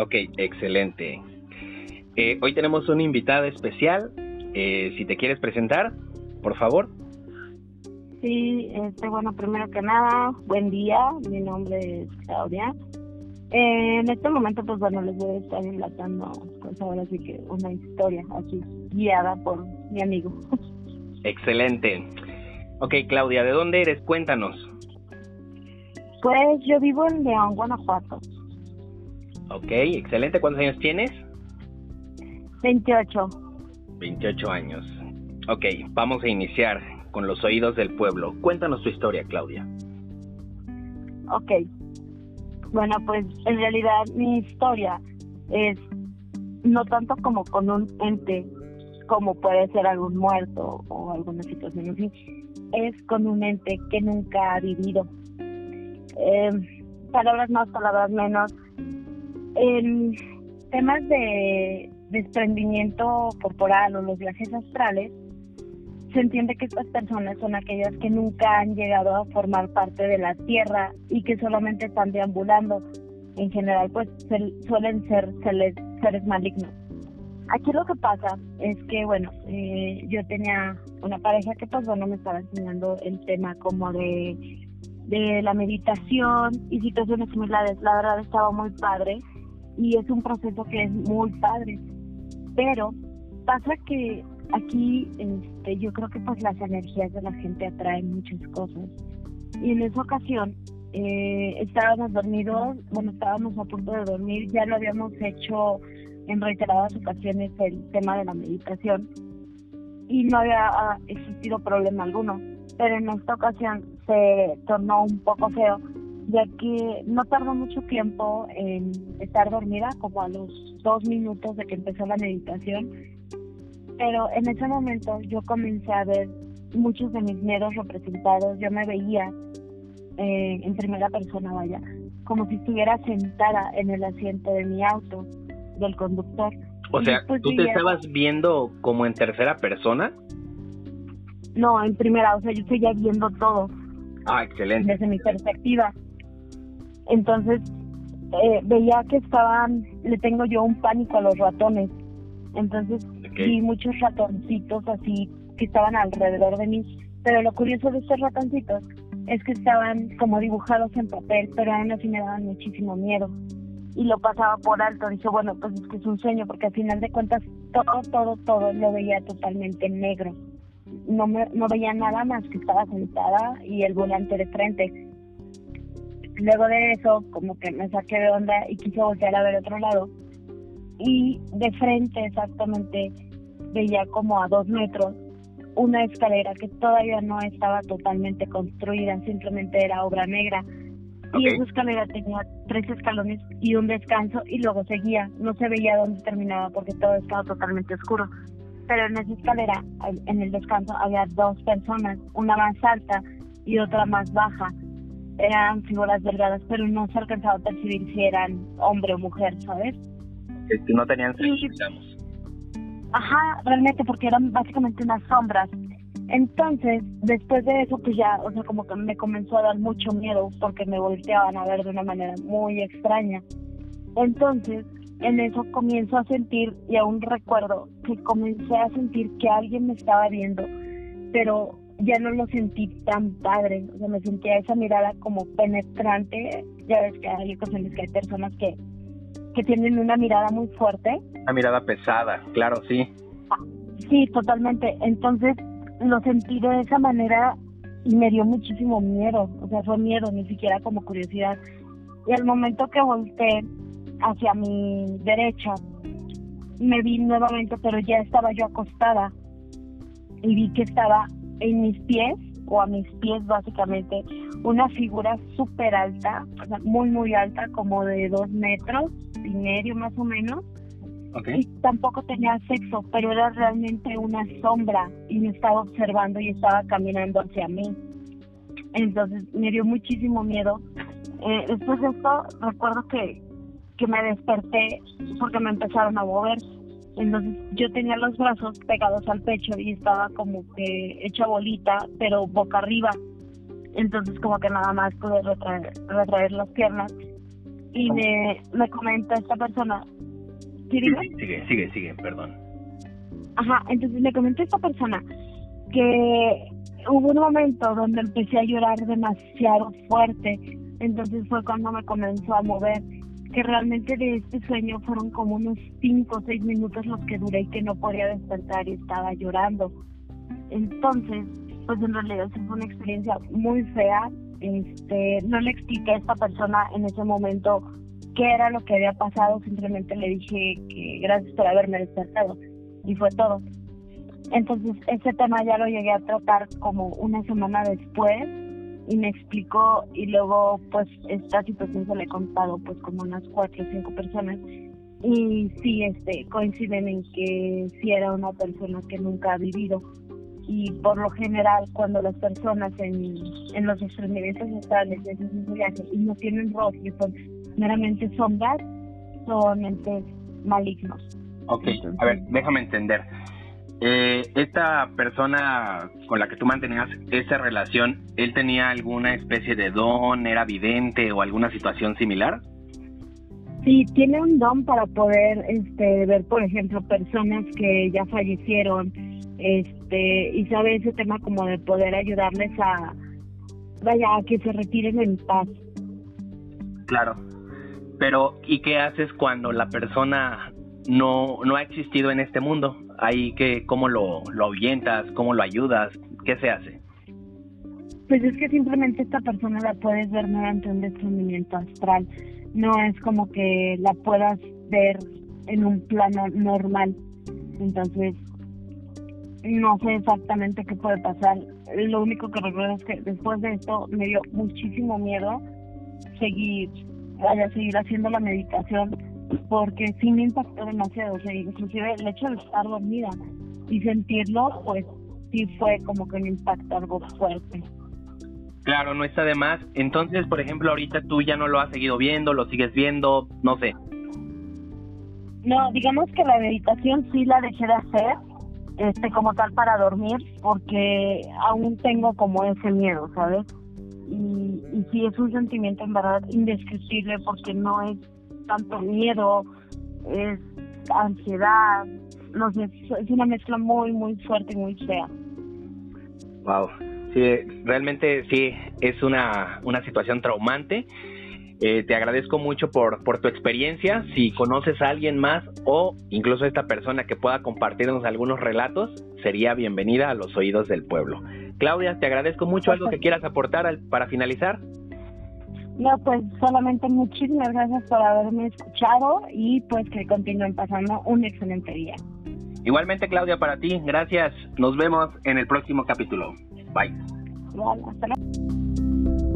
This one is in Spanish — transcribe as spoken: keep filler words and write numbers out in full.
Ok, excelente. Eh, hoy tenemos una invitada especial. Eh, si te quieres presentar, por favor. Sí, este, bueno, primero que nada, buen día. Mi nombre es Claudia. Eh, en este momento, pues bueno, les voy a estar relatando, pues ahora sí que una historia aquí, guiada por mi amigo. Excelente. Ok, Claudia, ¿de dónde eres? Cuéntanos. Pues yo vivo en León, Guanajuato. Ok, excelente. ¿Cuántos años tienes? veintiocho. veintiocho años. Ok, vamos a iniciar con los oídos del pueblo. Cuéntanos tu historia, Claudia. Ok. Bueno, pues en realidad mi historia es no tanto como con un ente, como puede ser algún muerto o alguna situación así, es con un ente que nunca ha vivido. Eh, palabras más, palabras menos. En temas de desprendimiento corporal o los viajes astrales, se entiende que estas personas son aquellas que nunca han llegado a formar parte de la Tierra y que solamente están deambulando. En general, pues se, suelen ser seres, seres malignos. Aquí lo que pasa es que, bueno, eh, yo tenía una pareja que, pues bueno, me estaba enseñando el tema como de, de la meditación y situaciones similares. La verdad estaba muy padre y es un proceso que es muy padre. Pero pasa que aquí este, yo creo que pues las energías de la gente atraen muchas cosas. Y en esa ocasión eh, estábamos dormidos, bueno, estábamos a punto de dormir, ya lo habíamos hecho en reiteradas ocasiones el tema de la meditación y no había ah, existido problema alguno. Pero en esta ocasión se tornó un poco feo, ya que no tardó mucho tiempo en estar dormida, como a los dos minutos de que empezó la meditación. Pero en ese momento yo comencé a ver muchos de mis miedos representados. Yo me veía eh, en primera persona, vaya, como si estuviera sentada en el asiento de mi auto, del conductor. O Y sea, después ¿tú te veía... estabas viendo como en tercera persona? No, en primera, o sea, yo seguía viendo todo. Ah, excelente. Desde mi perspectiva. Entonces, eh, veía que estaban, le tengo yo un pánico a los ratones. Entonces, okay. Vi muchos ratoncitos así que estaban alrededor de mí. Pero lo curioso de estos ratoncitos es que estaban como dibujados en papel, pero aún así me daban muchísimo miedo. Y lo pasaba por alto. Dije, bueno, pues es que es un sueño, porque al final de cuentas todo, todo, todo lo veía totalmente negro. No me, no veía nada más que estaba sentada y el volante de frente. Luego de eso, como que me saqué de onda y quise voltear a ver otro lado. Y de frente exactamente veía como a dos metros una escalera que todavía no estaba totalmente construida, simplemente era obra negra. Okay. Y esa escalera tenía tres escalones y un descanso y luego seguía. No se veía dónde terminaba porque todo estaba totalmente oscuro. Pero en esa escalera, en el descanso, había dos personas, una más alta y otra más baja. Eran figuras delgadas, pero no se alcanzaba a percibir si eran hombre o mujer, ¿sabes? Que no tenían sexo, digamos. Ajá, realmente, porque eran básicamente unas sombras. Entonces, después de eso, pues ya, o sea, como que me comenzó a dar mucho miedo porque me volteaban a ver de una manera muy extraña. Entonces, en eso comienzo a sentir, y aún recuerdo, que comencé a sentir que alguien me estaba viendo, pero ya no lo sentí tan padre. O sea, me sentía esa mirada como penetrante. Ya ves que hay ocasiones que hay personas que, que tienen una mirada muy fuerte. Una mirada pesada, claro, sí. Ah, sí, totalmente. Entonces, lo sentí de esa manera y me dio muchísimo miedo. O sea, fue miedo, ni siquiera como curiosidad. Y al momento que volteé hacia mi derecha, me vi nuevamente, pero ya estaba yo acostada y vi que estaba en mis pies, o a mis pies básicamente, una figura súper alta, o sea, muy muy alta, como de dos metros y medio más o menos. Okay. Y tampoco tenía sexo, pero era realmente una sombra y me estaba observando y estaba caminando hacia mí. Entonces me dio muchísimo miedo. Eh, después de esto recuerdo que, que me desperté porque me empezaron a mover. Entonces yo tenía los brazos pegados al pecho y estaba como que hecha bolita, pero boca arriba. Entonces como que nada más pude retraer, retraer las piernas y me, me comenta esta persona. ¿Sí, sí, sí, sigue, sigue, sigue, perdón. Ajá, entonces me comentó esta persona que hubo un momento donde empecé a llorar demasiado fuerte, entonces fue cuando me comenzó a mover, que realmente de este sueño fueron como unos cinco o seis minutos los que duré y que no podía despertar y estaba llorando. Entonces, pues en realidad sí fue una experiencia muy fea. Este, no le expliqué a esta persona en ese momento qué era lo que había pasado, simplemente le dije que gracias por haberme despertado y fue todo. Entonces ese tema ya lo llegué a tratar como una semana después y me explicó, y luego pues esta situación se le he contado pues como unas cuatro o cinco personas y sí este coinciden en que sí era una persona que nunca ha vivido. Y por lo general cuando las personas en, en los experimentados astrales de ese viaje y no tienen rostro y son meramente sombras, son entes malignos. Ok, entonces, a ver, déjame entender. Eh, esta persona con la que tú mantenías esa relación, ¿él tenía alguna especie de don, era vidente o alguna situación similar? Sí, tiene un don para poder este, ver, por ejemplo, personas que ya fallecieron, este, y sabe ese tema como de poder ayudarles a, vaya, a que se retiren en paz. Claro, pero ¿y qué haces cuando la persona no no ha existido en este mundo? Ahí que cómo lo lo ahuyentas, cómo lo ayudas, ¿qué se hace? Pues es que simplemente esta persona la puedes ver mediante un desprendimiento astral, no es como que la puedas ver en un plano normal. Entonces no sé exactamente qué puede pasar. Lo único que recuerdo es que después de esto me dio muchísimo miedo seguir, vaya, seguir haciendo la meditación, porque sí me impactó demasiado. O sea, inclusive el hecho de estar dormida y sentirlo, pues sí fue como que un impacto algo fuerte. Claro, no está de más. Entonces, por ejemplo, ahorita tú ya no lo has seguido viendo, lo sigues viendo, no sé. No, digamos que la meditación sí la dejé de hacer, este, como tal para dormir, porque aún tengo como ese miedo, ¿sabes? Y, y sí es un sentimiento en verdad indescriptible, porque no es tanto miedo, es ansiedad, no sé, es una mezcla muy, muy fuerte y muy fea. Wow, sí, realmente sí, es una, una situación traumante. Eh, te agradezco mucho por, por tu experiencia. Si conoces a alguien más o incluso a esta persona que pueda compartirnos algunos relatos, sería bienvenida a los oídos del pueblo. Claudia, te agradezco mucho. ¿Algo que quieras aportar al, para finalizar? No, pues solamente muchísimas gracias por haberme escuchado y pues que continúen pasando un excelente día. Igualmente, Claudia, para ti, gracias. Nos vemos en el próximo capítulo. Bye. Bueno, hasta luego.